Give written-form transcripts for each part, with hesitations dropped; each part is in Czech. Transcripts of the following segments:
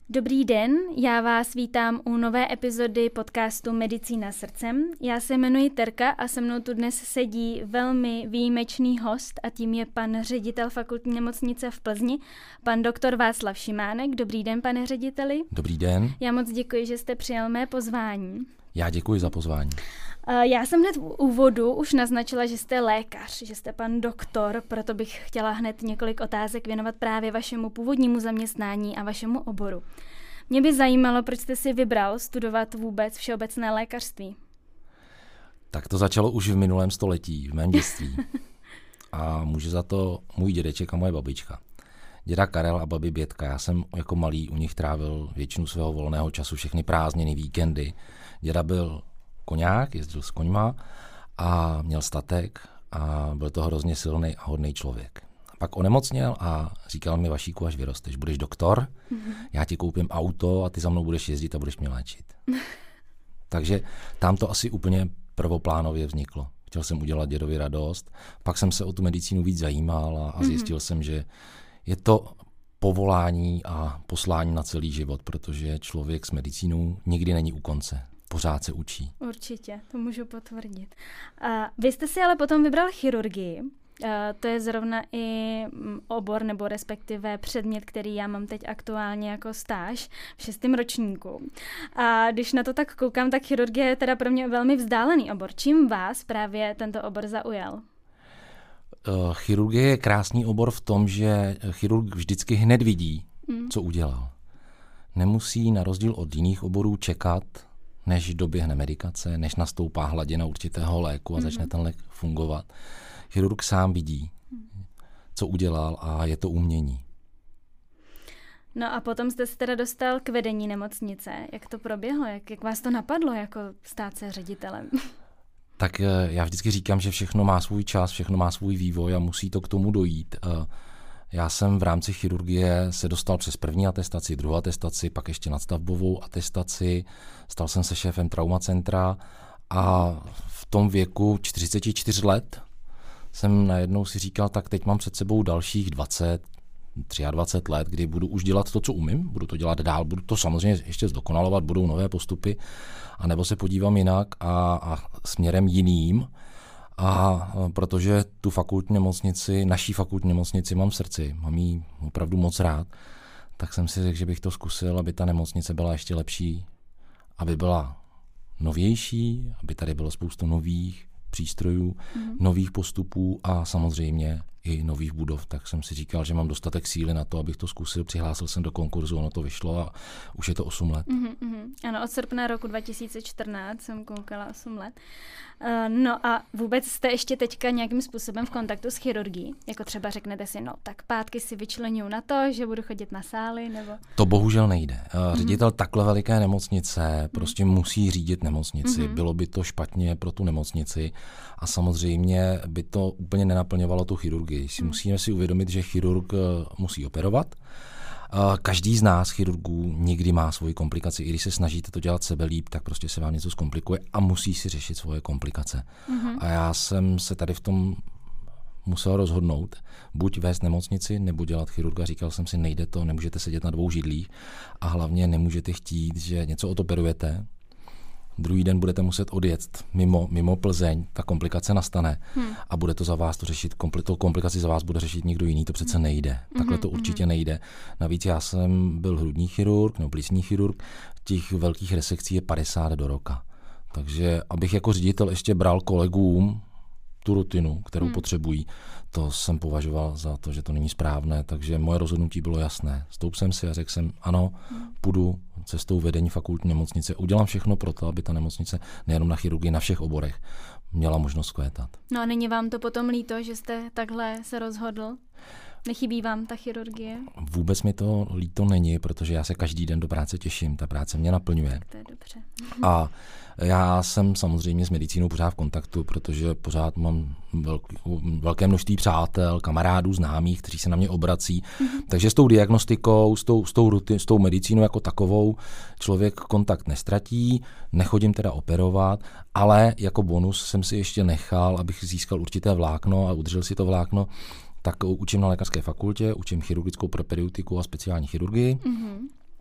Dobrý den, já vás vítám u nové epizody podcastu Medicína srdcem. Já se jmenuji Terka a se mnou tu dnes sedí velmi výjimečný host a tím je pan ředitel fakultní nemocnice v Plzni, pan doktor Václav Šimánek. Dobrý den, pane řediteli. Dobrý den. Já moc děkuji, že jste přijal mé pozvání. Já děkuji za pozvání. Já jsem hned v úvodu už naznačila, že jste lékař, že jste pan doktor, proto bych chtěla hned několik otázek věnovat právě vašemu původnímu zaměstnání a vašemu oboru. Mě by zajímalo, proč jste si vybral studovat vůbec všeobecné lékařství. Tak to začalo už v minulém století, v mém dětství. A může za to můj dědeček a moje babička. Děda Karel a babi Bětka. Já jsem jako malý u nich trávil většinu svého volného času, všechny prázdniny, víkendy. Děda byl koňák, jezdil s koňma a měl statek a byl to hrozně silný a hodný člověk. Pak onemocněl a říkal mi, Vašíku, až vyrosteš, budeš doktor, já ti koupím auto a ty za mnou budeš jezdit a budeš mě léčit. Takže tam to asi úplně prvoplánově vzniklo. Chtěl jsem udělat dědovi radost, pak jsem se o tu medicínu víc zajímal a zjistil jsem, že je to povolání a poslání na celý život, protože člověk s medicínou nikdy není u konce. Pořád se učí. Určitě, to můžu potvrdit. Vy jste si ale potom vybral chirurgii. To je zrovna i obor nebo respektive předmět, který já mám teď aktuálně jako stáž v 6. ročníku. A když na to tak koukám, tak chirurgie je teda pro mě velmi vzdálený obor. Čím vás právě tento obor zaujal? Chirurgie je krásný obor v tom, že chirurg vždycky hned vidí, co udělal. Nemusí na rozdíl od jiných oborů čekat, než doběhne medikace, než nastoupá hladina určitého léku a začne ten lék fungovat. Chirurg sám vidí, co udělal a je to umění. No a potom jste se teda dostal k vedení nemocnice. Jak to proběhlo? Jak vás to napadlo jako stát se ředitelem? Tak já vždycky říkám, že všechno má svůj čas, všechno má svůj vývoj a musí to k tomu dojít. Já jsem v rámci chirurgie se dostal přes první atestaci, druhou atestaci, pak ještě nadstavbovou atestaci. Stal jsem se šéfem traumacentra a v tom věku 44 let jsem najednou si říkal, tak teď mám před sebou dalších 23 let, kdy budu už dělat to, co umím, budu to dělat dál, budu to samozřejmě ještě zdokonalovat, budou nové postupy, anebo se podívám jinak a směrem jiným. A protože tu fakultní nemocnici, naší fakultní nemocnici mám v srdci, mám ji opravdu moc rád, tak jsem si řekl, že bych to zkusil, aby ta nemocnice byla ještě lepší, aby byla novější, aby tady bylo spoustu nových přístrojů, nových postupů a samozřejmě i nových budov, tak jsem si říkal, že mám dostatek síly na to, abych to zkusil. Přihlásil jsem do konkurzu, ono to vyšlo a už je to 8 let. Ano, od srpna roku 2014 jsem koukala 8 let. No a vůbec jste ještě teďka nějakým způsobem v kontaktu s chirurgií? Jako třeba řeknete si, no tak pátky si vyčleňuju na to, že budu chodit na sály, nebo... To bohužel nejde. Ředitel takhle veliké nemocnice prostě musí řídit nemocnici. Bylo by to špatně pro tu nemocnici a samozřejmě by to úplně nenaplňovalo tu chirurgii. Musíme si uvědomit, že chirurg musí operovat. Každý z nás, chirurgů, někdy má svoji komplikaci. I když se snažíte to dělat sebelíp, tak prostě se vám něco zkomplikuje a musí si řešit svoje komplikace. A já jsem se tady v tom musel rozhodnout, buď vést nemocnici, nebo dělat chirurga. Říkal jsem si, nejde to, nemůžete sedět na 2 židlích a hlavně nemůžete chtít, že něco odoperujete, druhý den budete muset odjet mimo Plzeň, ta komplikace nastane a bude to za vás to řešit, tu komplikaci za vás bude řešit někdo jiný, to přece nejde. Takhle to určitě nejde. Navíc já jsem byl hrudní chirurg nebo plicní chirurg, těch velkých resekcí je 50 do roka. Takže abych jako ředitel ještě bral kolegům tu rutinu, kterou potřebují, to jsem považoval za to, že to není správné, takže moje rozhodnutí bylo jasné. Stoup jsem si a řekl jsem, ano, půjdu cestou vedení fakultní nemocnice. Udělám všechno pro to, aby ta nemocnice nejenom na chirurgii, na všech oborech měla možnost kvétat. No a není vám to potom líto, že jste takhle se rozhodl? Nechybí vám ta chirurgie? Vůbec mi to líto není, protože já se každý den do práce těším. Ta práce mě naplňuje. Tak to je dobře. A já jsem samozřejmě s medicínou pořád v kontaktu, protože pořád mám velké množství přátel, kamarádů, známých, kteří se na mě obrací. Takže s tou diagnostikou, s tou medicínou jako takovou člověk kontakt nestratí, nechodím teda operovat, ale jako bonus jsem si ještě nechal, abych získal určité vlákno a udržel si to vlákno, tak učím na lékařské fakultě, učím chirurgickou propedeutiku a speciální chirurgii.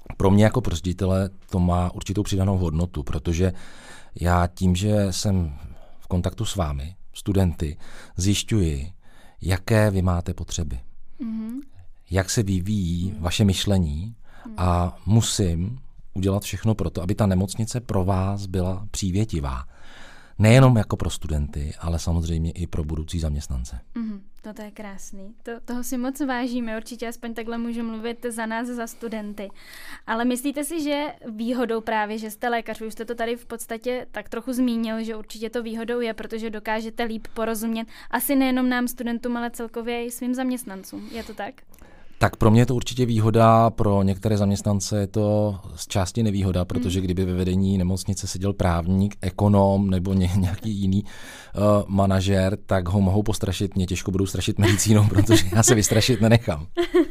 pro mě jako pro ředitele to má určitou přidanou hodnotu, protože já tím, že jsem v kontaktu s vámi, studenty, zjišťuji, jaké vy máte potřeby, jak se vyvíjí vaše myšlení a musím udělat všechno pro to, aby ta nemocnice pro vás byla přívětivá. Nejenom jako pro studenty, ale samozřejmě i pro budoucí zaměstnance. To je krásný. Toho si moc vážíme. Určitě aspoň takhle můžu mluvit za nás, za studenty. Ale myslíte si, že výhodou právě, že jste lékař, už jste to tady v podstatě tak trochu zmínil, že určitě to výhodou je, protože dokážete líp porozumět asi nejenom nám studentům, ale celkově i svým zaměstnancům. Je to tak? Tak pro mě je to určitě výhoda, pro některé zaměstnance je to z části nevýhoda, protože kdyby ve vedení nemocnice seděl právník, ekonom nebo nějaký jiný manažer, tak ho mohou postrašit, mě těžko budou strašit medicínou, protože já se vystrašit nenechám.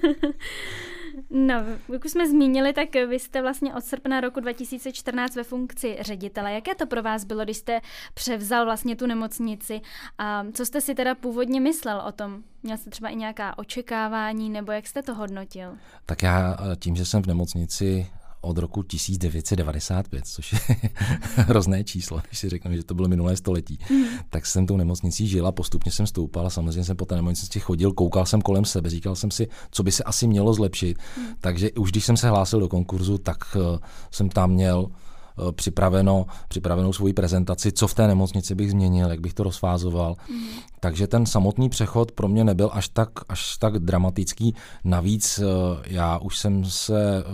No, jak už jsme zmínili, tak vy jste vlastně od srpna roku 2014 ve funkci ředitele. Jaké to pro vás bylo, když jste převzal vlastně tu nemocnici a co jste si teda původně myslel o tom? Měl jste třeba i nějaká očekávání nebo jak jste to hodnotil? Tak já tím, že jsem v nemocnici od roku 1995, což je hrozné číslo, když si řekneme, že to bylo minulé století, tak jsem tou nemocnicí žil a postupně jsem stoupal a samozřejmě jsem po té nemocnici chodil, koukal jsem kolem sebe, říkal jsem si, co by se asi mělo zlepšit. Takže už když jsem se hlásil do konkurzu, tak jsem tam měl připravenou svoji prezentaci, co v té nemocnici bych změnil, jak bych to rozfázoval. Takže ten samotný přechod pro mě nebyl až tak dramatický. Navíc já už jsem se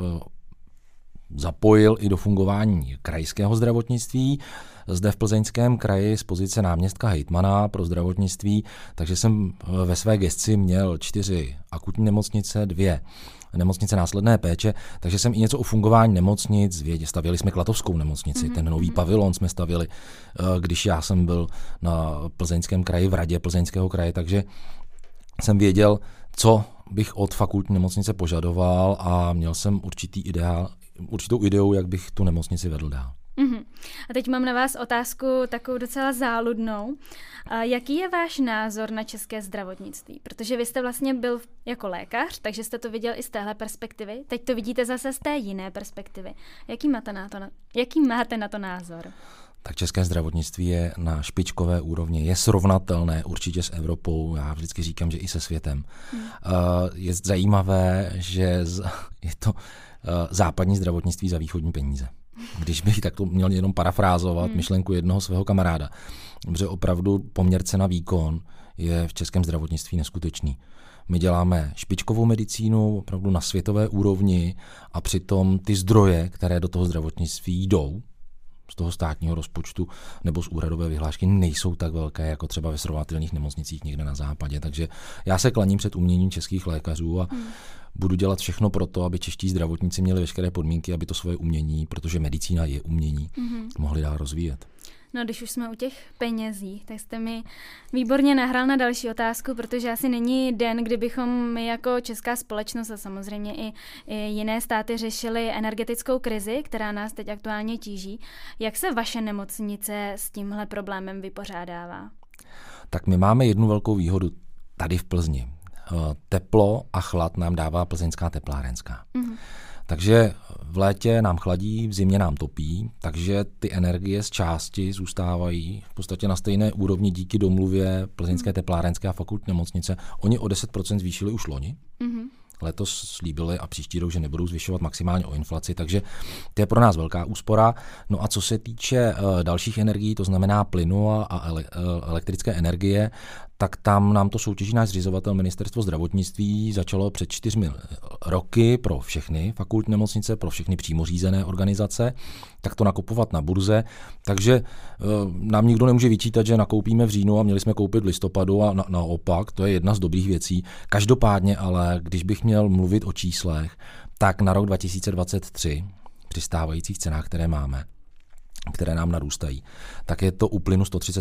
zapojil i do fungování krajského zdravotnictví zde v Plzeňském kraji z pozice náměstka hejtmana pro zdravotnictví, takže jsem ve své gesci měl 4 akutní nemocnice, 2 nemocnice následné péče, takže jsem i něco o fungování nemocnic věděl. Stavěli jsme Klatovskou nemocnici, ten nový pavilon jsme stavili, když já jsem byl na Plzeňském kraji v radě Plzeňského kraje, takže jsem věděl, co bych od fakultní nemocnice požadoval a měl jsem určitou ideu, jak bych tu nemocnici vedl dál. A teď mám na vás otázku takovou docela záludnou. Jaký je váš názor na české zdravotnictví? Protože vy jste vlastně byl jako lékař, takže jste to viděl i z téhle perspektivy. Teď to vidíte zase z té jiné perspektivy. Jaký máte na to názor? Tak české zdravotnictví je na špičkové úrovni, je srovnatelné určitě s Evropou, já vždycky říkám, že i se světem. Je zajímavé, že je to západní zdravotnictví za východní peníze. Když bych takto měl jenom parafrázovat myšlenku jednoho svého kamaráda, protože opravdu poměr cena výkon je v českém zdravotnictví neskutečný. My děláme špičkovou medicínu opravdu na světové úrovni a přitom ty zdroje, které do toho zdravotnictví jdou, z toho státního rozpočtu nebo z úhradové vyhlášky, nejsou tak velké jako třeba ve srovnatelných nemocnicích někde na západě. Takže já se klaním před uměním českých lékařů a budu dělat všechno pro to, aby čeští zdravotníci měli veškeré podmínky, aby to svoje umění, protože medicína je umění, mohli dál rozvíjet. No, když už jsme u těch penězí, tak jste mi výborně nahrál na další otázku, protože asi není den, kdybychom my jako česká společnost a samozřejmě i jiné státy řešili energetickou krizi, která nás teď aktuálně tíží. Jak se vaše nemocnice s tímhle problémem vypořádává? Tak my máme jednu velkou výhodu tady v Plzni. Teplo a chlad nám dává plzeňská teplárenská. Takže v létě nám chladí, v zimě nám topí, takže ty energie z části zůstávají v podstatě na stejné úrovni díky domluvě plzeňské teplárenské a fakultní nemocnice. Oni o 10% zvýšili už loni. Letos slíbili a příští rok, že nebudou zvyšovat maximálně o inflaci, takže to je pro nás velká úspora. No a co se týče dalších energií, to znamená plynu a elektrické energie, tak tam nám to soutěží náš zřizovatel Ministerstvo zdravotnictví začalo před 4 roky pro všechny fakultní nemocnice, pro všechny přímo řízené organizace, tak to nakupovat na burze. Takže nám nikdo nemůže vyčítat, že nakoupíme v říjnu a měli jsme koupit v listopadu a naopak, to je jedna z dobrých věcí. Každopádně ale, když bych měl mluvit o číslech, tak na rok 2023 při stávajících cenách, které máme, které nám narůstají, tak je to u plynu 130%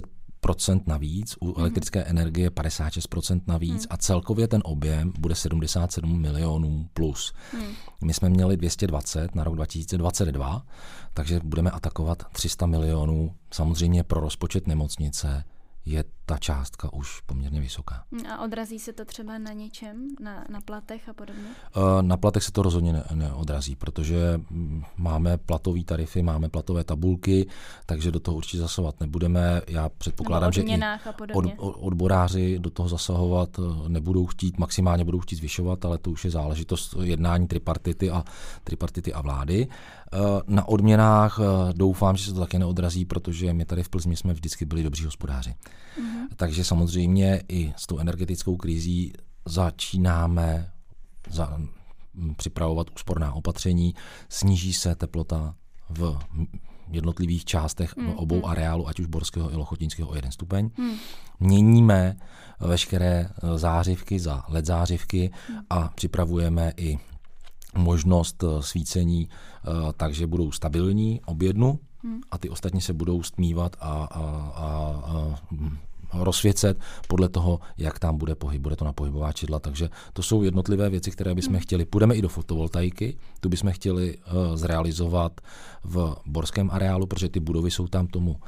navíc, u elektrické energie 56% navíc a celkově ten objem bude 77 milionů plus. My jsme měli 220 na rok 2022, takže budeme atakovat 300 milionů. Samozřejmě pro rozpočet nemocnice je ta částka už poměrně vysoká. A odrazí se to třeba na něčem, na platech a podobně? Na platech se to rozhodně neodrazí, protože máme platové tarify, máme platové tabulky, takže do toho určitě zasahovat nebudeme. Já předpokládám, že i odboráři do toho zasahovat nebudou chtít, maximálně budou chtít zvyšovat, ale to už je záležitost jednání tripartity a vlády. Na odměnách doufám, že se to také neodrazí, protože my tady v Plzni jsme vždycky byli dobří hospodáři. Takže samozřejmě i s tou energetickou krizí začínáme připravovat úsporná opatření, sníží se teplota v jednotlivých částech obou areálů, ať už Borského i Lochotínského o 1 stupeň. Měníme veškeré zářivky za LED zářivky a připravujeme i možnost svícení, takže budou stabilní obě dnu a ty ostatní se budou stmívat a rozsvěcet podle toho, jak tam bude pohyb. Bude to na pohybová čidla, takže to jsou jednotlivé věci, které bychom chtěli. Půjdeme i do fotovoltaiky, tu bychom chtěli zrealizovat v Borském areálu, protože ty budovy jsou tam tomu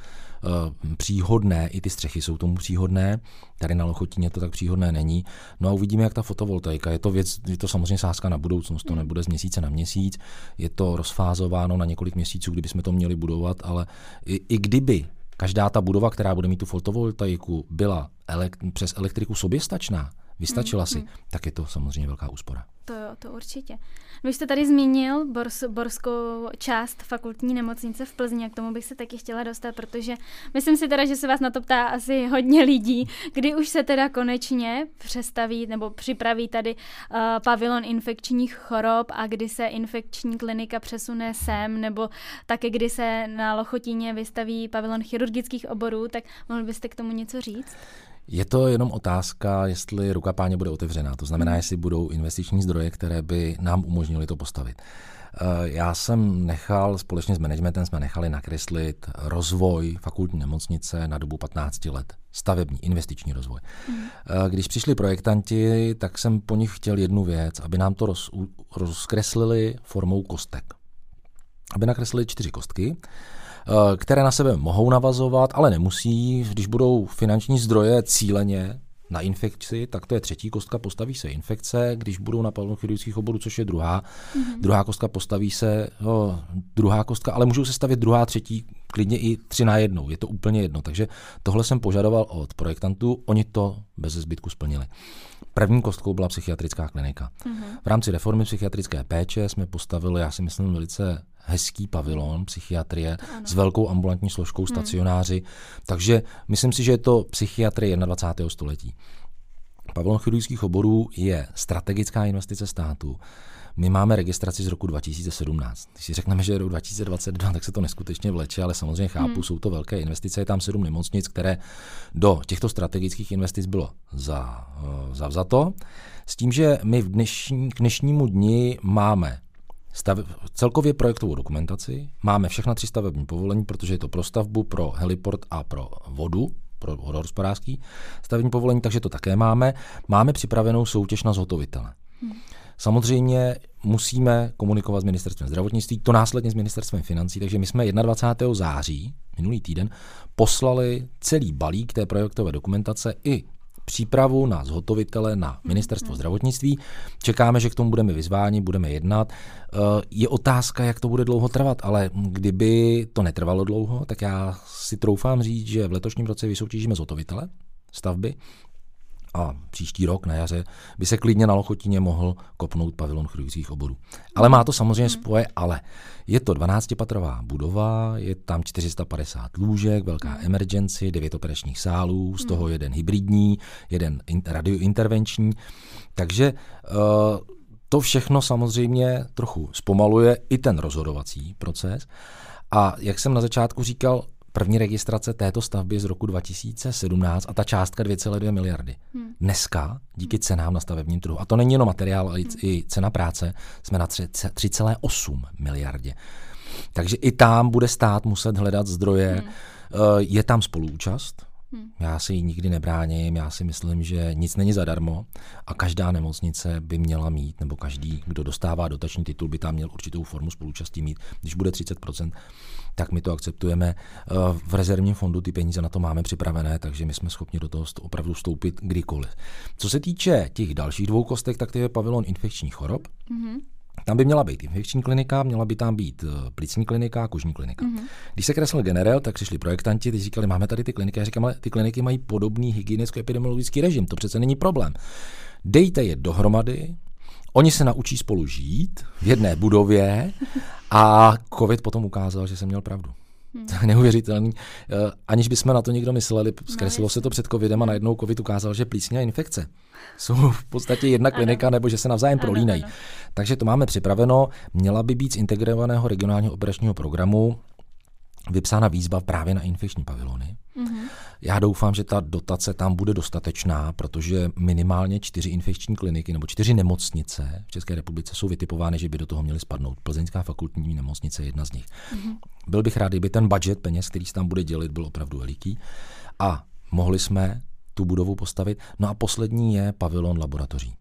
příhodné, i ty střechy jsou tomu příhodné. Tady na Lochotíně to tak příhodné není. No a uvidíme, jak ta fotovoltaika. Je to samozřejmě sázka na budoucnost, to nebude z měsíce na měsíc. Je to rozfázováno na několik měsíců, kdyby jsme to měli budovat, ale i kdyby každá ta budova, která bude mít tu fotovoltaiku, byla přes elektriku soběstačná, vystačila si, tak je to samozřejmě velká úspora. To určitě. Vy jste tady zmínil borskou část fakultní nemocnice v Plzni, a k tomu bych se taky chtěla dostat, protože myslím si teda, že se vás na to ptá asi hodně lidí, kdy už se teda konečně přestaví nebo připraví tady pavilon infekčních chorob a kdy se infekční klinika přesune sem, nebo také kdy se na Lochotíně vystaví pavilon chirurgických oborů, tak mohl byste k tomu něco říct? Je to jenom otázka, jestli ruka Páně bude otevřená. To znamená, jestli budou investiční zdroje, které by nám umožnily to postavit. Já jsem společně s managementem jsme nechali nakreslit rozvoj fakultní nemocnice na dobu 15 let. Stavební, investiční rozvoj. Když přišli projektanti, tak jsem po nich chtěl jednu věc, aby nám to rozkreslili formou kostek. Aby nakreslili 4 kostky, které na sebe mohou navazovat, ale nemusí. Když budou finanční zdroje cíleně na infekci, tak to je 3. kostka, postaví se infekce. Když budou na pavilonu chirurgických oborů, což je druhá kostka, postaví se druhá kostka, ale můžou se stavět 2., 3., klidně i 3 najednou. Je to úplně jedno. Takže tohle jsem požadoval od projektantů, oni to bez zbytku splnili. První kostkou byla psychiatrická klinika. V rámci reformy psychiatrické péče jsme postavili, já si myslím, velice hezký pavilon psychiatrie s velkou ambulantní složkou stacionáři. Takže myslím si, že je to psychiatrie 21. století. Pavilon chirurgických oborů je strategická investice státu. My máme registraci z roku 2017. Když si řekneme, že je rok 2022, tak se to neskutečně vleče, ale samozřejmě chápu, jsou to velké investice. Je tam 7 nemocnic, které do těchto strategických investic bylo zavzato. S tím, že my k dnešnímu dni máme celkově projektovou dokumentaci, máme všechna 3 stavební povolení, protože je to pro stavbu, pro heliport a pro vodu, pro vodohospodářský stavební povolení, takže to také máme. Máme připravenou soutěž na zhotovitele. Samozřejmě musíme komunikovat s ministerstvem zdravotnictví, to následně s ministerstvem financí, takže my jsme 21. září, minulý týden, poslali celý balík té projektové dokumentace i přípravu na zhotovitele na ministerstvo zdravotnictví. Čekáme, že k tomu budeme vyzváni, budeme jednat. Je otázka, jak to bude dlouho trvat, ale kdyby to netrvalo dlouho, tak já si troufám říct, že v letošním roce vysoutěžíme zhotovitele stavby a příští rok na jaře by se klidně na Lochotíně mohl kopnout pavilon chirurgických oborů. Ale má to samozřejmě svoje ale. Je to 12patrová budova, je tam 450 lůžek, velká emergency, 9 operačních sálů, z toho 1 hybridní, 1 radiointervenční. Takže to všechno samozřejmě trochu zpomaluje i ten rozhodovací proces. A jak jsem na začátku říkal, první registrace této stavby z roku 2017 a ta částka 2,2 miliardy. Dneska, díky cenám na stavebním trhu, a to není jenom materiál, ale i cena práce, jsme na 3,8 miliardě. Takže i tam bude stát muset hledat zdroje. Je tam spoluúčast Já si ji nikdy nebráním, já si myslím, že nic není zadarmo a každá nemocnice by měla mít, nebo každý, kdo dostává dotační titul, by tam měl určitou formu spoluúčastí mít. Když bude 30%, tak my to akceptujeme. V rezervním fondu ty peníze na to máme připravené, takže my jsme schopni do toho opravdu vstoupit kdykoliv. Co se týče těch dalších 2 kostek, tak to je pavilon infekčních chorob. Tam by měla být infekční klinika, měla by tam být plicní klinika a kožní klinika. Když se kreslil generel, tak přišli projektanti, teď říkali, máme tady ty kliniky. Já říkám, ale ty kliniky mají podobný hygienicko-epidemiologický režim, to přece není problém. Dejte je dohromady, oni se naučí spolu žít v jedné budově a covid potom ukázal, že jsem měl pravdu. To je neuvěřitelný. Aniž bychom na to někdo mysleli, zkreslilo se to před covidem a najednou covid ukázal, že plísně a infekce jsou v podstatě jedna klinika, nebo že se navzájem prolínají. Takže to máme připraveno. Měla by být z integrovaného regionálního operačního programu vypsána výzva právě na infekční pavilony. Já doufám, že ta dotace tam bude dostatečná, protože minimálně 4 infekční kliniky nebo 4 nemocnice v České republice jsou vytipovány, že by do toho měly spadnout. Plzeňská fakultní nemocnice je jedna z nich. Byl bych rád, kdyby ten budget peněz, který se tam bude dělit, byl opravdu veliký a mohli jsme tu budovu postavit. No a poslední je pavilon laboratoří.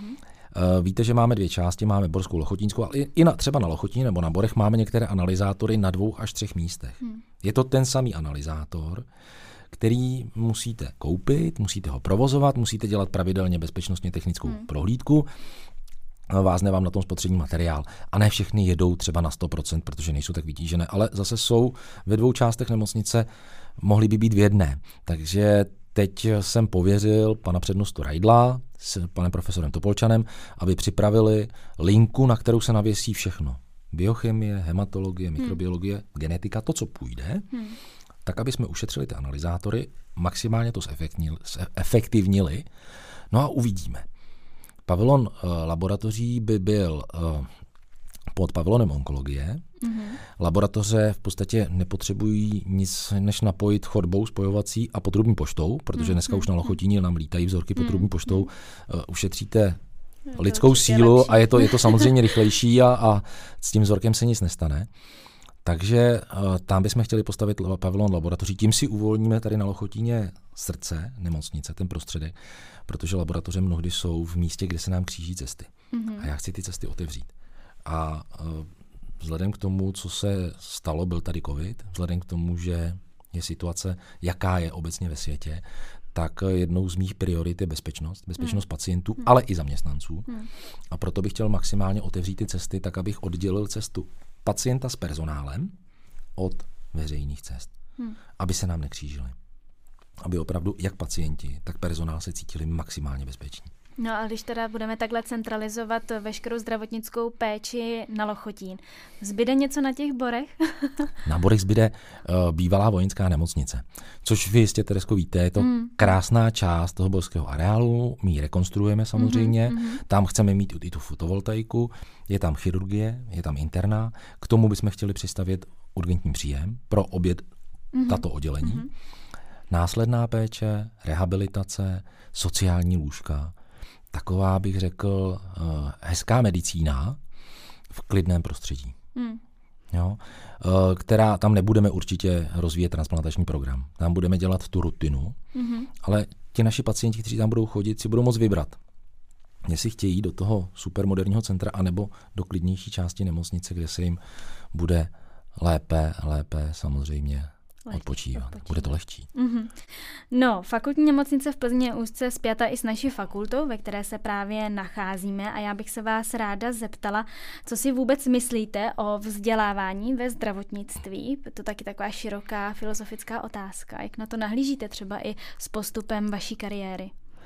Víte, že máme 2 části, máme Borskou, Lochotínskou, ale i třeba na Lochotíně nebo na Borech máme některé analyzátory na 2 až 3 místech. Je to ten samý analyzátor, který musíte koupit, musíte ho provozovat, musíte dělat pravidelně bezpečnostně technickou prohlídku, vázne vám na tom spotřební materiál. A ne všechny jedou třeba na 100%, protože nejsou tak vytížené, ale zase jsou ve 2 částech nemocnice, mohly by být v jedné. Takže teď jsem pověřil pana přednostu Rajdla s panem profesorem Topolčanem, aby připravili linku, na kterou se navěsí všechno. Biochemie, hematologie, mikrobiologie, genetika, to, co půjde, tak, aby jsme ušetřili ty analyzátory, maximálně to zefektivnili. No a uvidíme. Pavilon laboratoří by byl pod pavilonem onkologie. Laboratoře v podstatě nepotřebují nic, než napojit chodbou spojovací a potrubní poštou, protože dneska už na Lochotíně nám lítají vzorky potrubní poštou. Ušetříte lidskou sílu a je to samozřejmě rychlejší a s tím vzorkem se nic nestane. Takže tam bychom chtěli postavit pavilon laboratoří. Tím si uvolníme tady na Lochotíně srdce, nemocnice, ten prostředek, protože laboratoře mnohdy jsou v místě, kde se nám kříží cesty. A já chci ty cesty otevřít. A vzhledem k tomu, co se stalo, byl tady covid, vzhledem k tomu, že je situace, jaká je obecně ve světě, tak jednou z mých priorit je bezpečnost pacientů, ale i zaměstnanců. A proto bych chtěl maximálně otevřít ty cesty, tak abych oddělil cestu pacienta s personálem od veřejných cest, aby se nám nekřížili. Aby opravdu jak pacienti, tak personál se cítili maximálně bezpeční. No a když teda budeme takhle centralizovat veškerou zdravotnickou péči na Lochotín, zbyde něco na těch Borech? Na Borech zbyde bývalá vojenská nemocnice, což vy jistě, Teresko, víte, je to krásná část toho borského areálu, my ji rekonstruujeme samozřejmě, tam chceme mít i tu fotovoltaiku, je tam chirurgie, je tam interná, k tomu bychom chtěli přistavět urgentní příjem pro obě tato oddělení, následná péče, rehabilitace, sociální lůžka, taková, bych řekl, hezká medicína v klidném prostředí. Jo? Která tam nebudeme určitě rozvíjet transplantační program. Tam budeme dělat tu rutinu, ale ti naši pacienti, kteří tam budou chodit, si budou moct vybrat, jestli chtějí do toho supermoderního centra, anebo do klidnější části nemocnice, kde se jim bude lépe samozřejmě odpočívat. Bude to lehčí. No, fakultní nemocnice v Plzni je úzce spjata i s naší fakultou, ve které se právě nacházíme, a já bych se vás ráda zeptala, co si vůbec myslíte o vzdělávání ve zdravotnictví. To taky taková široká filozofická otázka. Jak na to nahlížíte třeba i s postupem vaší kariéry?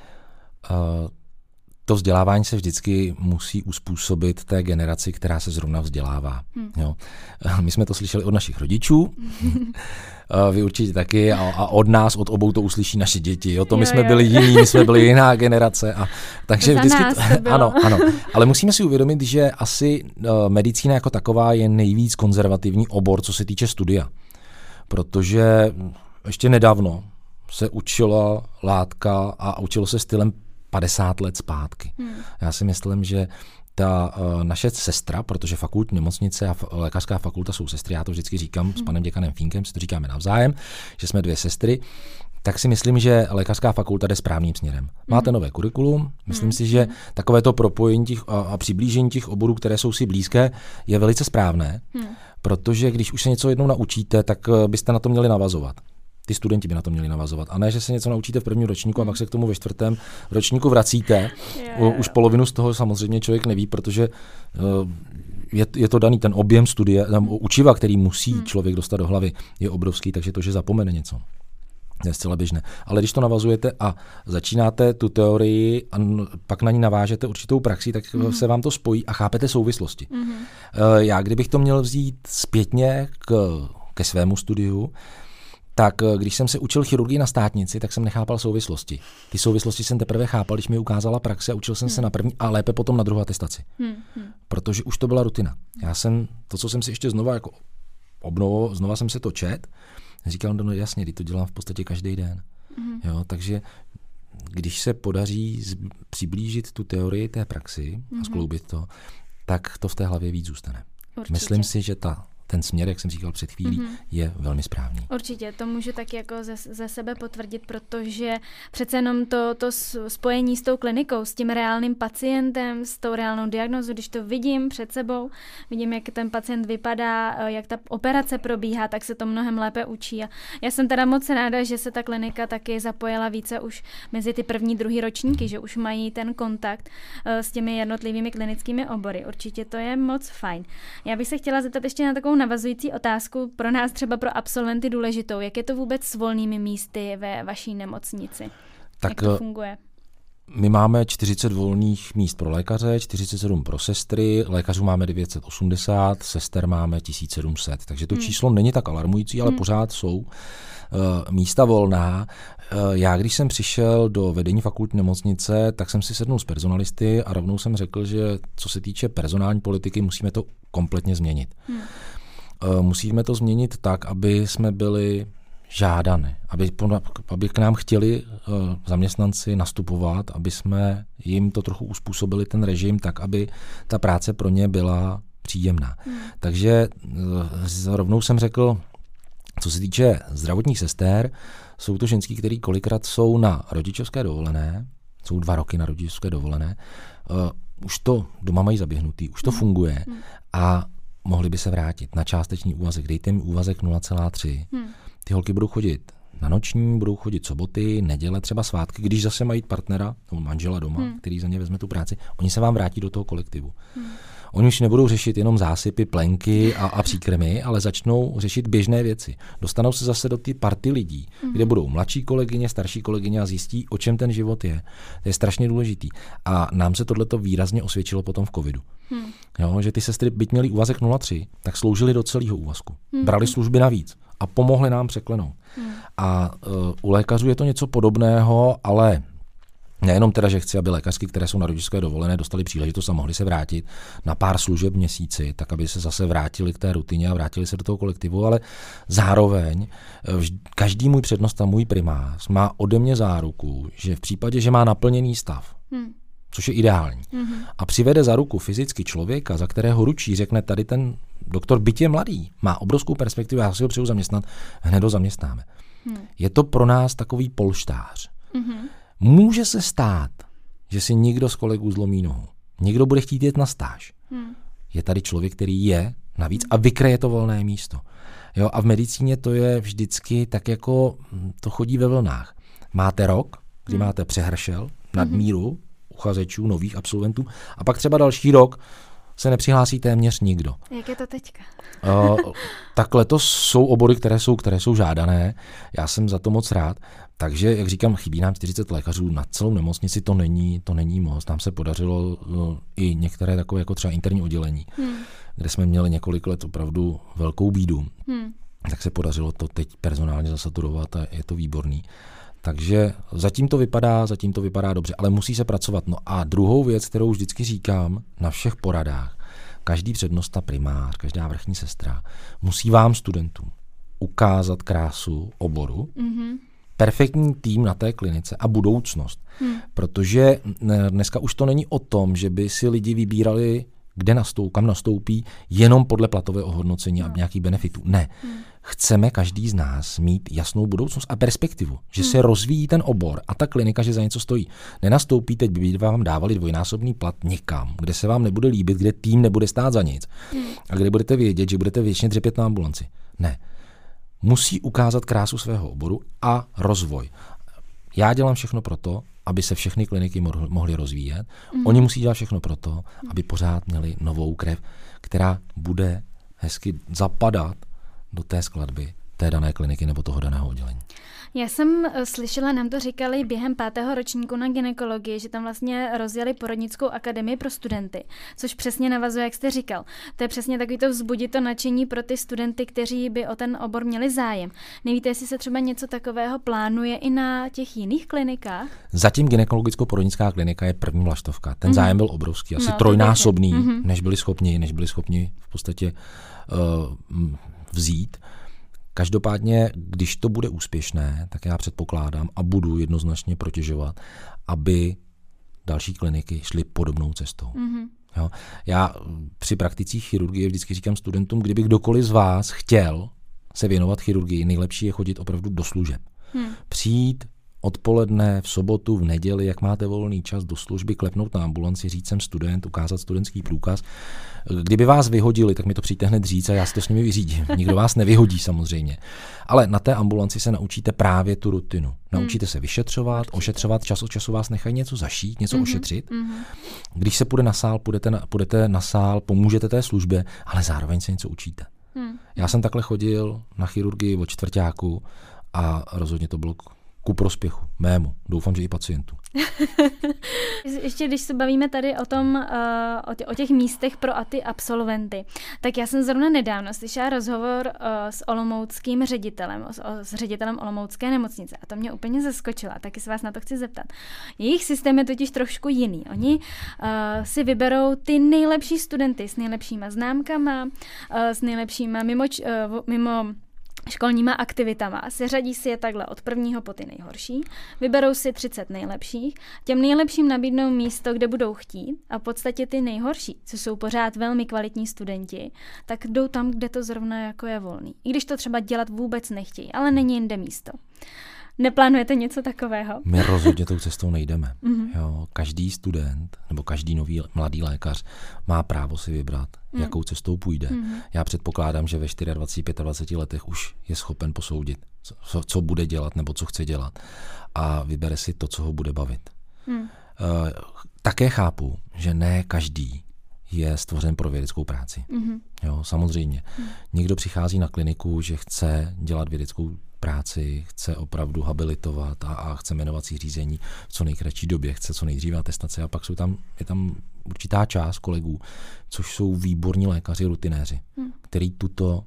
To vzdělávání se vždycky musí uspůsobit té generaci, která se zrovna vzdělává. Jo. My jsme to slyšeli od našich rodičů, vy určitě taky, a od nás, od obou to uslyší naše děti. Jo. To my jsme byli jiní, my jsme byli jiná generace. Takže vždycky ano. Ale musíme si uvědomit, že asi medicína jako taková je nejvíc konzervativní obor, co se týče studia. Protože ještě nedávno se učila látka a učilo se stylem 50 let zpátky. Já si myslím, že ta naše sestra, protože fakultní nemocnice a lékařská fakulta jsou sestry, já to vždycky říkám s panem děkanem Fínkem, si to říkáme navzájem, že jsme 2 sestry, tak si myslím, že lékařská fakulta jde správným směrem. Máte nové kurikulum, myslím si, že takovéto propojení a přiblížení těch oborů, které jsou si blízké, je velice správné, protože když už se něco jednou naučíte, tak byste na to měli navazovat. Ty studenti by na to měli navazovat. A ne, že se něco naučíte v prvním ročníku a pak se k tomu ve čtvrtém ročníku vracíte. Už polovinu z toho samozřejmě člověk neví, protože je to daný, ten objem studie, učiva, který musí člověk dostat do hlavy, je obrovský, takže to, že zapomene něco, je zcela běžné. Ale když to navazujete a začínáte tu teorii a pak na ní navážete určitou praxi, tak se vám to spojí a chápete souvislosti. Já, kdybych to měl vzít zpětně ke svému studiu, tak když jsem se učil chirurgii na státnici, tak jsem nechápal souvislosti. Ty souvislosti jsem teprve chápal, když mi ukázala praxe a učil jsem se na první a lépe potom na druhou atestaci. Protože už to byla rutina. To, co jsem si ještě znova jsem se to čet, říkal, no jasně, to dělám v podstatě každý den. Jo, takže když se podaří přiblížit tu teorii té praxi a skloubit to, tak to v té hlavě víc zůstane. Určitě. Myslím si, že ten směr, jak jsem říkal před chvílí, je velmi správný. Určitě, to můžu taky jako ze sebe potvrdit, protože přece jenom to spojení s tou klinikou, s tím reálným pacientem, s tou reálnou diagnózou, když to vidím před sebou, vidím, jak ten pacient vypadá, jak ta operace probíhá, tak se to mnohem lépe učí. A já jsem teda moc ráda, že se ta klinika taky zapojila více už mezi ty první, druhý ročníky, že už mají ten kontakt s těmi jednotlivými klinickými obory. Určitě to je moc fajn. Já bych se chtěla zeptat ještě na takovou navazující otázku, pro nás třeba pro absolventy důležitou. Jak je to vůbec s volnými místy ve vaší nemocnici? Tak jak to funguje? My máme 40 volných míst pro lékaře, 47 pro sestry, lékařů máme 980, sester máme 1700, takže to číslo není tak alarmující, ale pořád jsou místa volná. Já, když jsem přišel do vedení fakultní nemocnice, tak jsem si sednul s personalisty a rovnou jsem řekl, že co se týče personální politiky, musíme to kompletně změnit. Musíme to změnit tak, aby jsme byli žádané, aby k nám chtěli zaměstnanci nastupovat, aby jsme jim to trochu uspůsobili ten režim tak, aby ta práce pro ně byla příjemná. Takže rovnou jsem řekl, co se týče zdravotních sester, jsou to ženský, který kolikrát jsou na rodičovské dovolené, jsou 2 roky na rodičovské dovolené, už to doma mají zaběhnutý, už to funguje a mohli by se vrátit na částečný úvazek. Dejte mi úvazek 0,3. Ty holky budou chodit na noční, budou chodit soboty, neděle, třeba svátky, když zase mají partnera nebo manžela doma, který za ně vezme tu práci, oni se vám vrátí do toho kolektivu. Oni už nebudou řešit jenom zásypy, plenky a příkrmy, ale začnou řešit běžné věci. Dostanou se zase do ty party lidí, kde budou mladší kolegyně, starší kolegyně a zjistí, o čem ten život je. To je strašně důležitý. A nám se tohleto výrazně osvědčilo potom v covidu. Jo, že ty sestry, byť měli úvazek 0,3, tak sloužili do celého úvazku. Brali služby navíc a pomohli nám překlenout. A u lékařů je to něco podobného, ale nejenom teda, že chci, aby lékařky, které jsou na rodičovské dovolené, dostali příležitost a mohli se vrátit na pár služeb v měsíci, tak aby se zase vrátili k té rutině a vrátili se do toho kolektivu, ale zároveň každý můj přednosta, můj primář má ode mě záruku, že v případě, že má naplněný stav, což je ideální, a přivede za ruku fyzicky člověka, za kterého ručí, řekne, tady ten doktor, byť je mladý, má obrovskou perspektivu, já si ho přeju zaměstnat, hned ho zaměstnáme. Je to pro nás takový polštář. Může se stát, že si někdo z kolegů zlomí nohu. Někdo bude chtít jít na stáž. Je tady člověk, který je navíc a vykryje to volné místo. Jo, a v medicíně to je vždycky tak, jako to chodí ve vlnách. Máte rok, kdy máte přehršel, nadmíru uchazečů, nových absolventů, a pak třeba další rok se nepřihlásí téměř nikdo. Jak je to teďka? Tak letos jsou obory, které jsou žádané. Já jsem za to moc rád. Takže, jak říkám, chybí nám 40 lékařů na celou nemocnici, to není moc. Nám se podařilo i některé takové, jako třeba interní oddělení, kde jsme měli několik let opravdu velkou bídu. Tak se podařilo to teď personálně zasaturovat a je to výborný. Takže zatím to vypadá dobře, ale musí se pracovat. No a druhou věc, kterou vždycky říkám na všech poradách, každý přednosta, primář, každá vrchní sestra musí vám studentům ukázat krásu oboru, perfektní tým na té klinice a budoucnost. Protože dneska už to není o tom, že by si lidi vybírali kam nastoupí jenom podle platového ohodnocení a nějakých benefitů. Ne. Chceme každý z nás mít jasnou budoucnost a perspektivu, že se rozvíjí ten obor a ta klinika, že za něco stojí. Nenastoupí, teď by vám dávali dvojnásobný plat někam, kde se vám nebude líbit, kde tým nebude stát za nic a kde budete vědět, že budete věčně dřepět na ambulanci. Ne. Musí ukázat krásu svého oboru a rozvoj. Já dělám všechno proto, aby se všechny kliniky mohly rozvíjet. Oni musí dělat všechno proto, aby pořád měli novou krev, která bude hezky zapadat do té skladby té dané kliniky nebo toho daného oddělení. Já jsem slyšela, nám to říkali během 5. ročníku na gynekologii, že tam vlastně rozjeli porodnickou akademii pro studenty, což přesně navazuje, jak jste říkal. To je přesně takový to vzbudit to nadšení pro ty studenty, kteří by o ten obor měli zájem. Nevíte, jestli se třeba něco takového plánuje i na těch jiných klinikách? Zatím gynekologicko-porodnická klinika je první vlaštovka. Ten zájem byl obrovský, asi trojnásobný, než byli schopni v podstatě vzít. Každopádně, když to bude úspěšné, tak já předpokládám a budu jednoznačně protěžovat, aby další kliniky šly podobnou cestou. Jo? Já při prakticích chirurgie vždycky říkám studentům, kdyby kdokoliv z vás chtěl se věnovat chirurgii, nejlepší je chodit opravdu do služeb. Přijít odpoledne, v sobotu, v neděli, jak máte volný čas do služby, klepnout na ambulanci, říct jsem student, ukázat studentský průkaz. Kdyby vás vyhodili, tak mi to přijďte hned říct a já si to s nimi vyřídím. Nikdo vás nevyhodí samozřejmě. Ale na té ambulanci se naučíte právě tu rutinu. Naučíte se vyšetřovat, ošetřovat, čas od času vás nechají něco zašít, něco ošetřit. Když se půjde na sál, půjdete na sál, pomůžete té službě, ale zároveň se něco učíte. Já jsem takhle chodil na chirurgii od čtvrťáku a rozhodně to bylo ku prospěchu mému. Doufám, že i pacientů. Ještě když se bavíme tady o těch místech pro ty absolventy, tak já jsem zrovna nedávno slyšela rozhovor s olomouckým ředitelem, s ředitelem olomoucké nemocnice a to mě úplně zaskočilo, taky se vás na to chci zeptat. Jejich systém je totiž trošku jiný. Oni si vyberou ty nejlepší studenty s nejlepšíma známkama, s nejlepšíma mimo školníma aktivitama. Seřadí si je takhle od prvního po ty nejhorší, vyberou si 30 nejlepších, těm nejlepším nabídnou místo, kde budou chtít a v podstatě ty nejhorší, co jsou pořád velmi kvalitní studenti, tak jdou tam, kde to zrovna jako je volný. I když to třeba dělat vůbec nechtějí, ale není jinde místo. Neplánujete něco takového? My rozhodně tou cestou nejdeme. Jo, každý student nebo každý nový mladý lékař má právo si vybrat, jakou cestou půjde. Já předpokládám, že ve 24-25 letech už je schopen posoudit, co bude dělat nebo co chce dělat a vybere si to, co ho bude bavit. Také chápu, že ne každý je stvořen pro vědeckou práci. Jo, samozřejmě. Někdo přichází na kliniku, že chce dělat vědeckou práci, chce opravdu habilitovat a chce jmenovací řízení v co nejkratší době, chce co nejdříve atestace a pak je tam určitá část kolegů, což jsou výborní lékaři, rutinéři, který tuto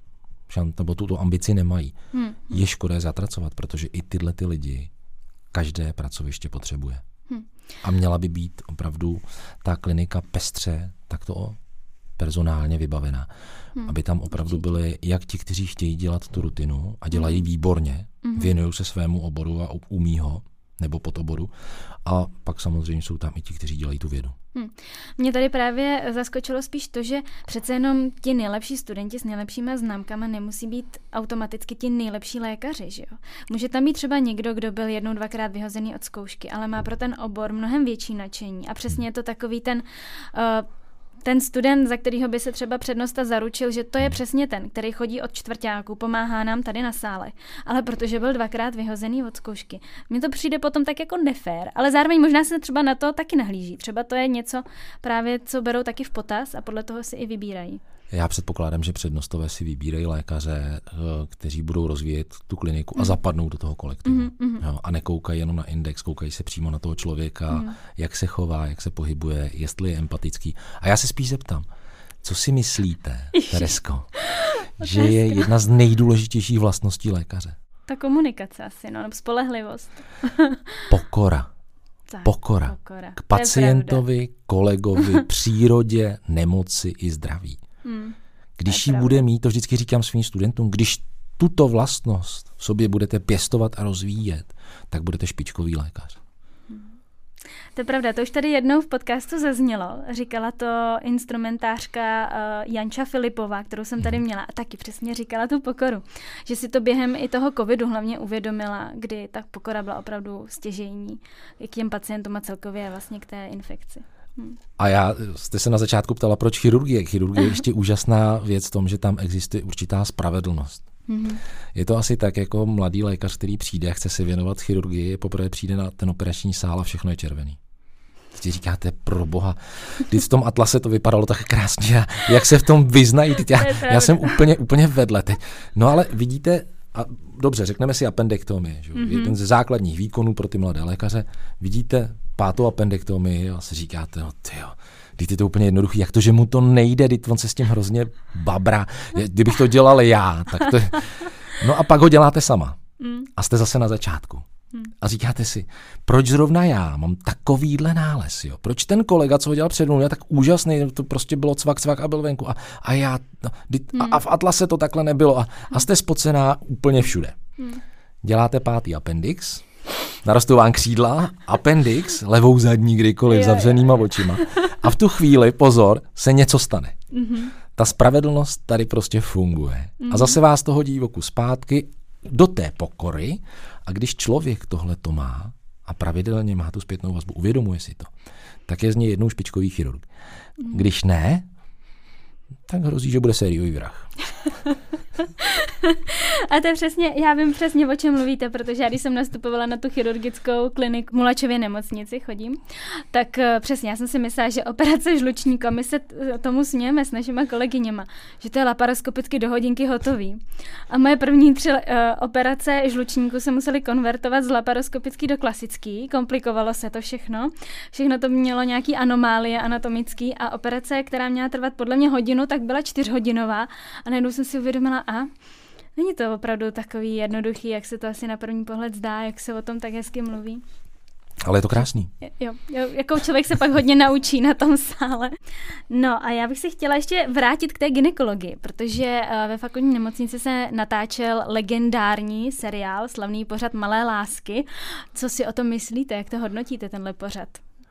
ambici nemají. Je škoda je zatracovat, protože i tyhle ty lidi každé pracoviště potřebuje. A měla by být opravdu ta klinika pestře takto personálně vybavená. Aby tam opravdu byli jak ti, kteří chtějí dělat tu rutinu a dělají výborně, věnují se svému oboru a umí ho, nebo podoboru. A pak samozřejmě jsou tam i ti, kteří dělají tu vědu. Mě tady právě zaskočilo spíš to, že přece jenom ti nejlepší studenti s nejlepšíma známkama nemusí být automaticky ti nejlepší lékaři, že jo? Může tam být třeba někdo, kdo byl 1-2krát vyhozený od zkoušky, ale má pro ten obor mnohem větší nadšení a přesně je to takový ten student, za kterýho by se třeba přednosta zaručil, že to je přesně ten, který chodí od čtvrťáku, pomáhá nám tady na sále, ale protože byl 2krát vyhozený od zkoušky. Mně to přijde potom tak jako nefér, ale zároveň možná se třeba na to taky nahlíží. Třeba to je něco právě, co berou taky v potaz a podle toho si i vybírají. Já předpokládám, že přednostové si vybírají lékaře, kteří budou rozvíjet tu kliniku a zapadnou do toho kolektivu. Jo, a nekoukají jenom na index, koukají se přímo na toho člověka, jak se chová, jak se pohybuje, jestli je empatický. A já se spíš zeptám, co si myslíte, Teresko, že je jedna z nejdůležitějších vlastností lékaře? Ta komunikace asi, nebo spolehlivost. Pokora. Pokora. K pacientovi, kolegovi, přírodě, nemoci i zdraví. Když ji bude mít, to vždycky říkám svým studentům, když tuto vlastnost v sobě budete pěstovat a rozvíjet, tak budete špičkový lékař. To je pravda, to už tady jednou v podcastu zaznělo. Říkala to instrumentářka Janča Filipová, kterou jsem tady měla, a taky přesně říkala tu pokoru. Že si to během i toho covidu hlavně uvědomila, kdy ta pokora byla opravdu stěžejní k těm pacientům a celkově vlastně k té infekci. A jste se na začátku ptala, proč chirurgie. Chirurgie je ještě úžasná věc v tom, že tam existuje určitá spravedlnost. Je to asi tak, jako mladý lékař, který přijde a chce se věnovat chirurgii, poprvé přijde na ten operační sál a všechno je červený. Teď říkáte, pro boha, když v tom atlase to vypadalo tak krásně, jak se v tom vyznají. Já jsem úplně vedle teď. No ale vidíte, a dobře, řekneme si appendektomie, že? Jeden ze základních výkonů pro ty mladé lékaře. Vidíte 5. appendektomii a si říkáte, no tyjo, teď je to úplně jednoduchý, jak to, že mu to nejde, teď on se s tím hrozně babrá. Kdybych to dělal já, tak to... No a pak ho děláte sama. A jste zase na začátku. A říkáte si, proč zrovna já mám takovýhle nález, jo? Proč ten kolega, co ho dělal před mnou, je tak úžasný, to prostě bylo cvak a byl venku. A já, a v atlase to takhle nebylo. A jste spocená úplně všude. Děláte 5. appendix, narostou vám křídla, appendix, levou zadní kdykoliv, zavřenýma očima. A v tu chvíli, pozor, se něco stane. Ta spravedlnost tady prostě funguje. A zase vás to hodí oku zpátky do té pokory. A když člověk tohle to má a pravidelně má tu zpětnou vazbu, uvědomuje si to, tak je z něj jednou špičkový chirurg. Když ne, tak hrozí, že bude sériový vrah. A to je přesně, já vím přesně, o čem mluvíte, protože já když jsem nastupovala na tu chirurgickou kliniku v Mulačově nemocnici, chodím, tak přesně, já jsem si myslela, že operace žlučníku, a my se tomu smějeme s našima kolegyněma, že to je laparoskopicky do hodinky hotový. A moje první 3 operace žlučníku se museli konvertovat z laparoskopický do klasický, komplikovalo se to všechno. Všechno to mělo nějaký anomálie anatomický a operace, která měla trvat podle mě hodinu, tak byla 4hodinová a najednou jsem si uvědomila, není to opravdu takový jednoduchý, jak se to asi na první pohled zdá, jak se o tom tak hezky mluví. Ale je to krásný. Jo, jako člověk se pak hodně naučí na tom sále. No a já bych se chtěla ještě vrátit k té gynekologii, protože ve fakultní nemocnici se natáčel legendární seriál, slavný pořad Malé lásky. Co si o tom myslíte, jak to hodnotíte, tenhle pořad?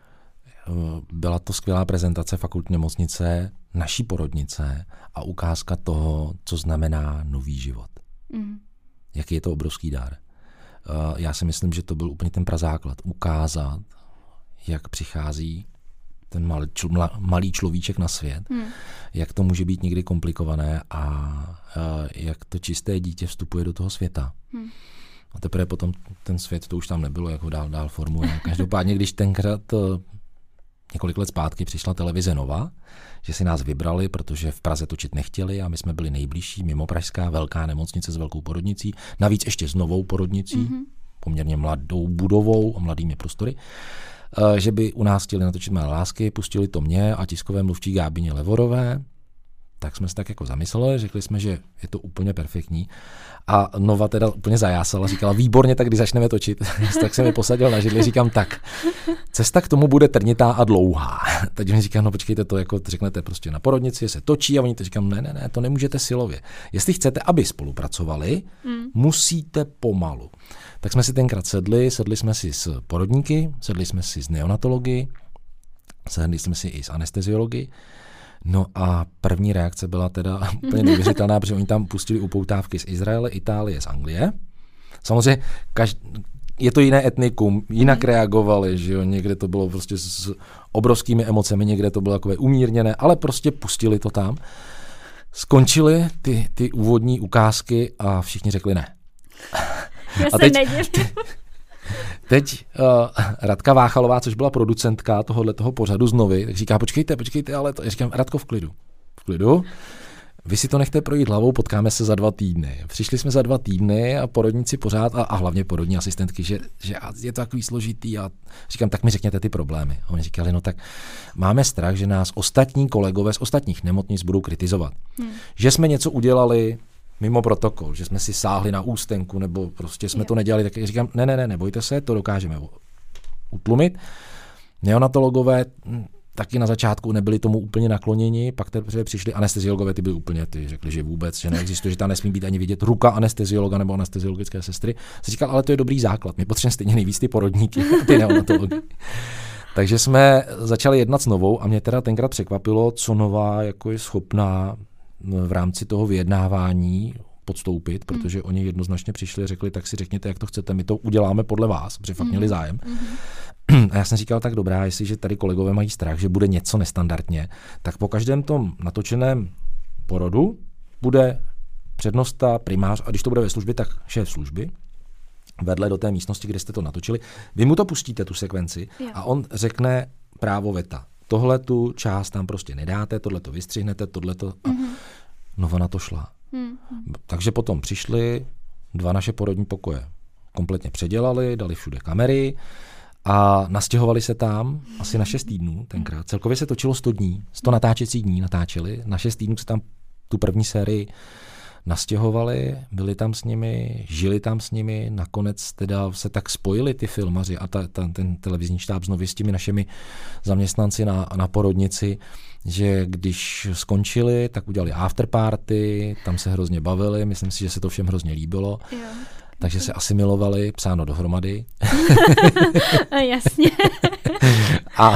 Byla to skvělá prezentace fakultní nemocnice, naší porodnice a ukázka toho, co znamená nový život. Jaký je to obrovský dar. Já si myslím, že to byl úplně ten prazáklad. Ukázat, jak přichází ten malý človíček na svět, jak to může být někdy komplikované a jak to čisté dítě vstupuje do toho světa. A teprve potom ten svět, to už tam nebylo, jak ho dál formuje. Každopádně, když tenkrát několik let zpátky přišla televize Nova, že si nás vybrali, protože v Praze točit nechtěli a my jsme byli nejbližší, mimo pražská velká nemocnice s velkou porodnicí, navíc ještě s novou porodnicí, poměrně mladou budovou a mladými prostory, že by u nás chtěli natočit Malé lásky, pustili to mě a tiskové mluvčí Gábině Levorové, tak jsme se tak jako zamysleli, řekli jsme, že je to úplně perfektní. A Nova teda úplně zajásala, říkala, výborně, tak když začneme točit, tak jsem je posadil na židli, říkám, tak, cesta k tomu bude trnitá a dlouhá. Teď mi říkám, no počkejte, to jako řeknete prostě na porodnici, se točí a oni to říkám, ne, to nemůžete silově. Jestli chcete, aby spolupracovali, musíte pomalu. Tak jsme si tenkrát sedli jsme si s porodníky, sedli jsme si s neonatology, sedli jsme si i s anesteziology. No a první reakce byla teda úplně neuvěřitelná, protože oni tam pustili upoutávky z Izraele, Itálie, z Anglie. Samozřejmě je to jiné etnikum, jinak reagovali, že jo, někde to bylo prostě s obrovskými emocemi, někde to bylo takové umírněné, ale prostě pustili to tam. Skončily ty úvodní ukázky a všichni řekli ne. Já se nedivím. Teď Radka Váchalová, což byla producentka toho pořadu z Novy, tak říká, počkejte, ale to, já říkám, Radko, v klidu, vy si to nechte projít hlavou, potkáme se za 2 týdny. Přišli jsme za 2 týdny a porodníci pořád a hlavně porodní asistentky, že je to takový složitý a říkám, tak mi řekněte ty problémy. A oni říkali, no tak máme strach, že nás ostatní kolegové z ostatních nemocnic budou kritizovat. Že jsme něco udělali mimo protokol, že jsme si sáhli na ústenku, nebo prostě jsme to nedělali, tak říkám, ne, nebojte se, to dokážeme utlumit. Neonatologové, taky na začátku nebyli tomu úplně nakloněni, pak teprve přišli anesteziologové, ty byli úplně, ty řekli, že vůbec, že neexistuje, že tam nesmí být ani vidět ruka anesteziologa nebo anesteziologické sestry. Jsem říkal, ale to je dobrý základ, my potřebujeme stejně nejvíc ty porodníky, ty neonatology. Takže jsme začali jednat s Novou a mě teda tenkrát překvapilo, co Nová jako je schopná v rámci toho vyjednávání podstoupit, protože oni jednoznačně přišli a řekli, tak si řekněte, jak to chcete, my to uděláme podle vás, protože fakt měli zájem. A já jsem říkal, tak dobrá, jestliže tady kolegové mají strach, že bude něco nestandardně, tak po každém tom natočeném porodu bude přednosta, primář, a když to bude ve službě, tak šéf služby, vedle do té místnosti, kde jste to natočili. Vy mu to pustíte, tu sekvenci, a on řekne právo veta. Tohle tu část tam prostě nedáte, tohle to vystřihnete, tohle to... Nova na to šla. Takže potom přišli 2 naše porodní pokoje. Kompletně předělali, dali všude kamery a nastěhovali se tam asi na 6 týdnů tenkrát. Celkově se točilo 100 dní, 100 natáčecí dní natáčeli. Na 6 týdnů se tam tu první sérii nastěhovali, byli tam s nimi, žili tam s nimi, nakonec teda se tak spojili ty filmaři a ten televizní štáb znovu s těmi našimi zaměstnanci na porodnici, že když skončili, tak udělali afterparty, tam se hrozně bavili, myslím si, že se to všem hrozně líbilo. Jo. Takže se asimilovali, psáno dohromady. Jasně. A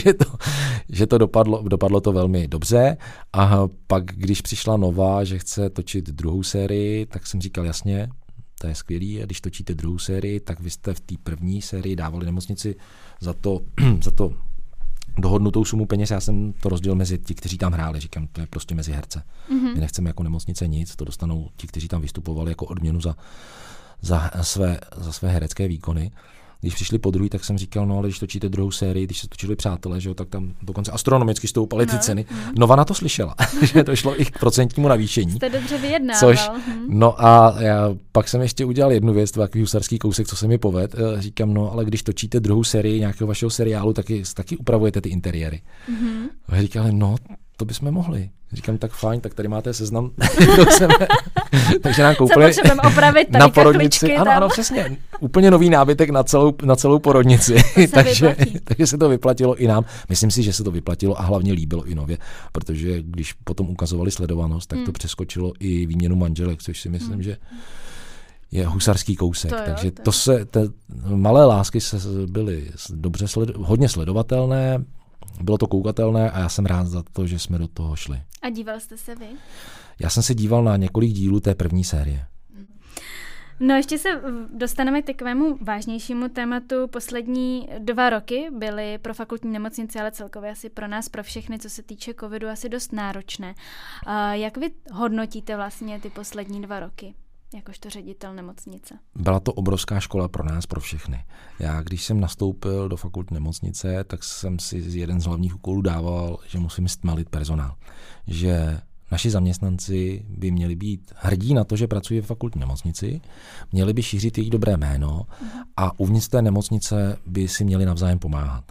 že to dopadlo to velmi dobře. A pak, když přišla Nová, že chce točit druhou sérii, tak jsem říkal, jasně, to je skvělý. A když točíte druhou sérii, tak vy jste v té první sérii dávali nemocnici za to dohodnutou sumu peněz. Já jsem to rozdělil mezi ti, kteří tam hráli. Říkám, to je prostě mezi herce. My nechceme jako nemocnice nic, to dostanou ti, kteří tam vystupovali jako odměnu za své herecké výkony. Když přišli po druhý, tak jsem říkal, no ale když točíte druhou sérii, když se točili Přátelé, že jo, tak tam dokonce astronomicky stoupaly ty ceny. Nova na to slyšela, že to šlo i k procentnímu navýšení. Jste dobře vyjednával. No a já pak jsem ještě udělal jednu věc, takový husarský kousek, co se mi povedl. Říkám, no ale když točíte druhou sérii nějakého vašeho seriálu, taky upravujete ty interiéry. A říkali, no to bychom mohli. Říkám, tak fajn, tak tady máte seznam. Takže nám koupili na porodnici. Ano, přesně. Úplně nový nábytek na celou porodnici. takže se to vyplatilo i nám. Myslím si, že se to vyplatilo a hlavně líbilo i Nově, protože když potom ukazovali sledovanost, tak to přeskočilo i výměnu manželek, což si myslím, že je husarský kousek. Takže malé lásky byly hodně sledovatelné. Bylo to koukatelné a já jsem rád za to, že jsme do toho šli. A díval jste se vy? Já jsem se díval na několik dílů té první série. No ještě se dostaneme k takovému vážnějšímu tématu. Poslední 2 roky byly pro fakultní nemocnici, ale celkově asi pro nás, pro všechny, co se týče covidu, asi dost náročné. Jak vy hodnotíte vlastně ty poslední 2 roky? Jakožto ředitel nemocnice. Byla to obrovská škola pro nás, pro všechny. Já, když jsem nastoupil do fakultní nemocnice, tak jsem si jeden z hlavních úkolů dával, že musím stmelit personál. Že naši zaměstnanci by měli být hrdí na to, že pracují v fakultní nemocnici, měli by šířit její dobré jméno a uvnitř té nemocnice by si měli navzájem pomáhat.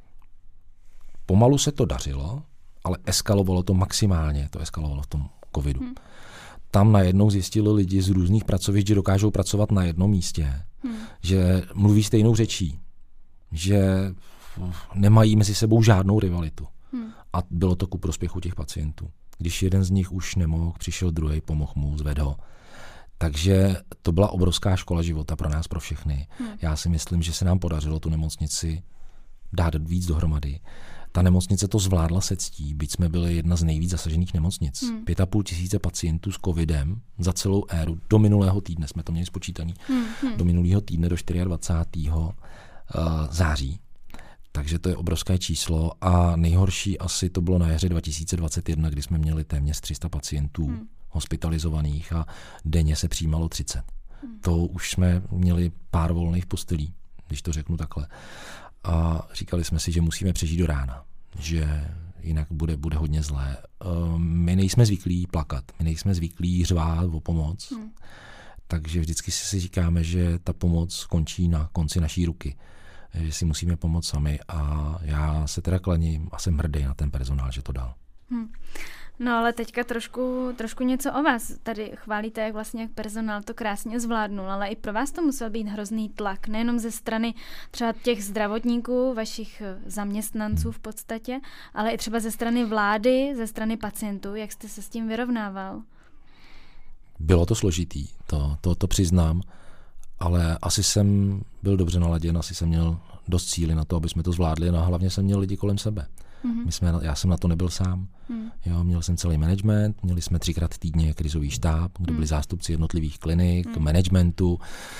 Pomalu se to dařilo, ale eskalovalo to maximálně, to eskalovalo v tom covidu. Tam najednou zjistili lidi z různých pracovišť, že dokážou pracovat na jednom místě, že mluví stejnou řečí, že nemají mezi sebou žádnou rivalitu. A bylo to ku prospěchu těch pacientů. Když jeden z nich už nemohl, přišel druhý, pomohl mu, zvedl ho. Takže to byla obrovská škola života pro nás, pro všechny. Já si myslím, že se nám podařilo tu nemocnici dát víc dohromady. Ta nemocnice to zvládla se ctí, byť jsme byli jedna z nejvíc zasažených nemocnic. 5 500 pacientů s covidem za celou éru. Do minulého týdne jsme to měli spočítaný. Do minulého týdne, do 24. září. Takže to je obrovské číslo a nejhorší asi to bylo na jaře 2021, kdy jsme měli téměř 300 pacientů hospitalizovaných a denně se přijímalo 30. To už jsme měli pár volných postelí, když to řeknu takhle. A říkali jsme si, že musíme přežít do rána, že jinak bude hodně zlé. My nejsme zvyklí plakat, my nejsme zvyklí řvát o pomoc, takže vždycky si říkáme, že ta pomoc končí na konci naší ruky, že si musíme pomoct sami a já se teda klaním a jsem hrdý na ten personál, že to dal. No ale teďka trošku něco o vás. Tady chválíte, jak vlastně jak personál to krásně zvládnul, ale i pro vás to musel být hrozný tlak, nejenom ze strany třeba těch zdravotníků, vašich zaměstnanců v podstatě, ale i třeba ze strany vlády, ze strany pacientů. Jak jste se s tím vyrovnával? Bylo to složitý, to přiznám, ale asi jsem byl dobře naladěn, asi jsem měl dost síly na to, aby jsme to zvládli, no a hlavně jsem měl lidi kolem sebe. Já jsem na to nebyl sám. Jo, měl jsem celý management, měli jsme 3x týdně krizový štáb, kde byli zástupci jednotlivých klinik, managementu,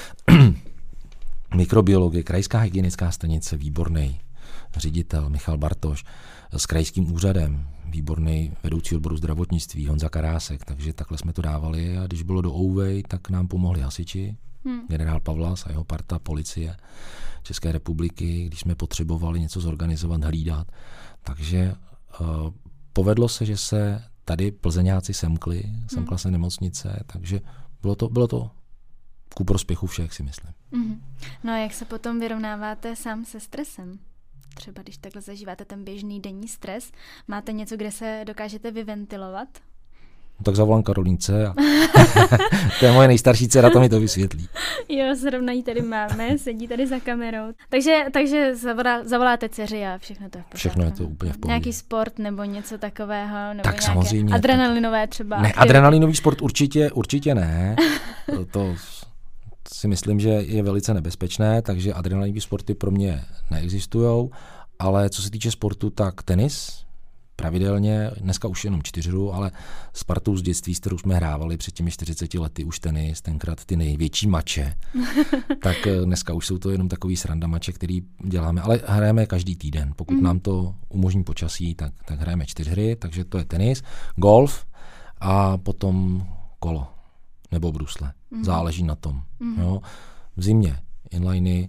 mikrobiologie, krajská hygienická stanice, výborný ředitel Michal Bartoš, s krajským úřadem, výborný vedoucí odboru zdravotnictví Honza Karásek, takže takhle jsme to dávali a když bylo do Ouvej, tak nám pomohli hasiči, generál Pavlas a jeho parta, policie České republiky, když jsme potřebovali něco zorganizovat, hlídat. Takže povedlo se, že se tady Plzeňáci semkla se nemocnice, takže bylo to ku prospěchu všech, si myslím. No a jak se potom vyrovnáváte sám se stresem? Třeba když takhle zažíváte ten běžný denní stres, máte něco, kde se dokážete vyventilovat? No, tak zavolám Karolínce a to je moje nejstarší dcera, to mi to vysvětlí. Jo, zrovna ji tady máme, sedí tady za kamerou. Takže zavoláte dceři a všechno to je v pořádku. Všechno je to úplně v pohodě. Nějaký sport nebo něco takového? Nebo tak nějaké samozřejmě. Adrenalinové třeba? Ne, adrenalinový sport určitě ne. To si myslím, že je velice nebezpečné, takže adrenalinový sporty pro mě neexistujou, ale co se týče sportu, tak tenis, pravidelně, dneska už jenom 4 hru, ale s partou z dětství, s kterou jsme hrávali před těmi 40 lety už tenis, tenkrát ty největší mače, tak dneska už jsou to jenom takový sranda mače, který děláme, ale hrajeme každý týden. Pokud nám to umožní počasí, tak hrajeme 4 hry, takže to je tenis, golf a potom kolo nebo brusle. Záleží na tom. Jo. V zimě inliny,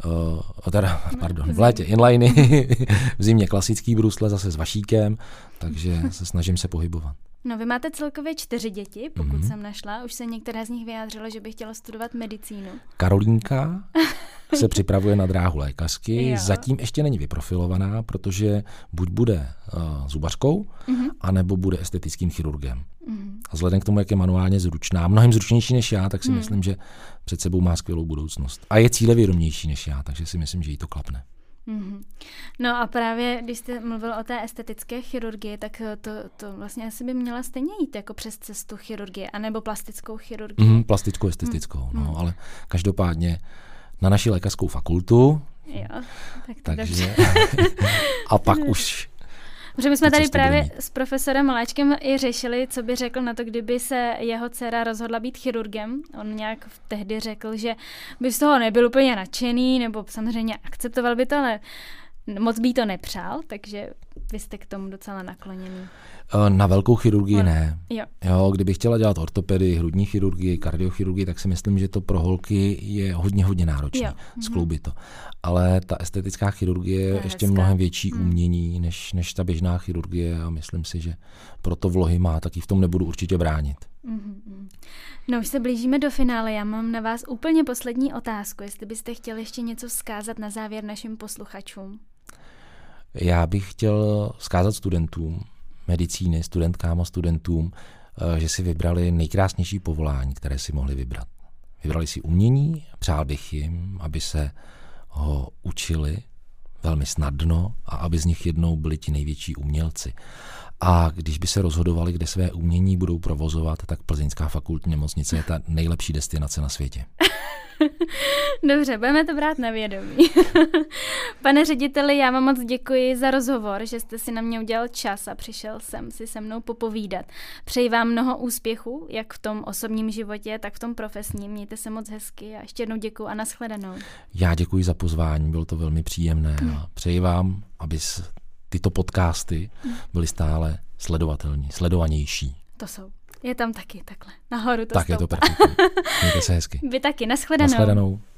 v létě inliny, v zimě klasický brusle zase s vašíkem, takže se snažím se pohybovat. No, vy máte celkově 4 děti, pokud jsem našla. Už se některé z nich vyjádřilo, že by chtěla studovat medicínu. Karolínka se připravuje na dráhu lékařky, zatím ještě není vyprofilovaná, protože buď bude zubařkou, anebo bude estetickým chirurgem. A vzhledem k tomu, jak je manuálně zručná, mnohem zručnější než já, tak si myslím, že před sebou má skvělou budoucnost. A je cílevědomější než já, takže si myslím, že jí to klapne. No a právě, když jste mluvil o té estetické chirurgii, tak to vlastně asi by měla stejně jít jako přes cestu chirurgie, anebo plastickou chirurgii. Plastickou, estetickou, no, ale každopádně na naši lékařskou fakultu. Jo, takže a pak už. Protože my jsme tady právě s profesorem Maláčkem i řešili, co by řekl na to, kdyby se jeho dcera rozhodla být chirurgem. On nějak tehdy řekl, že by z toho nebyl úplně nadšený, nebo samozřejmě akceptoval by to, ale moc by to nepřál, takže vy jste k tomu docela nakloněný. Na velkou chirurgii ne. Jo, kdyby chtěla dělat ortopedii, hrudní chirurgii, kardiochirurgii, tak si myslím, že to pro holky je hodně náročné skloubit to. Ale ta estetická chirurgie je ještě mnohem větší umění než ta běžná chirurgie a myslím si, že proto vlohy má, tak ji v tom nebudu určitě bránit. No, už se blížíme do finále. Já mám na vás úplně poslední otázku, jestli byste chtěli ještě něco vzkázat na závěr našim posluchačům. Já bych chtěl vzkázat studentům medicíny, studentkám a studentům, že si vybrali nejkrásnější povolání, které si mohli vybrat. Vybrali si umění, přál bych jim, aby se ho učili velmi snadno a aby z nich jednou byli ti největší umělci. A když by se rozhodovali, kde své umění budou provozovat, tak Plzeňská fakultní nemocnice je ta nejlepší destinace na světě. Dobře, budeme to brát na vědomí. Pane řediteli, já vám moc děkuji za rozhovor, že jste si na mě udělal čas a přišel sem si se mnou popovídat. Přeji vám mnoho úspěchů, jak v tom osobním životě, tak v tom profesním. Mějte se moc hezky a ještě jednou děkuji a nashledanou. Já děkuji za pozvání, bylo to velmi příjemné a přeji vám, aby tyto podcasty byly stále sledovanější. To jsou. Je tam taky takhle. Nahoru to tak stoupá. Je to perfektní. Mějte se hezky. Vy taky. Nashledanou.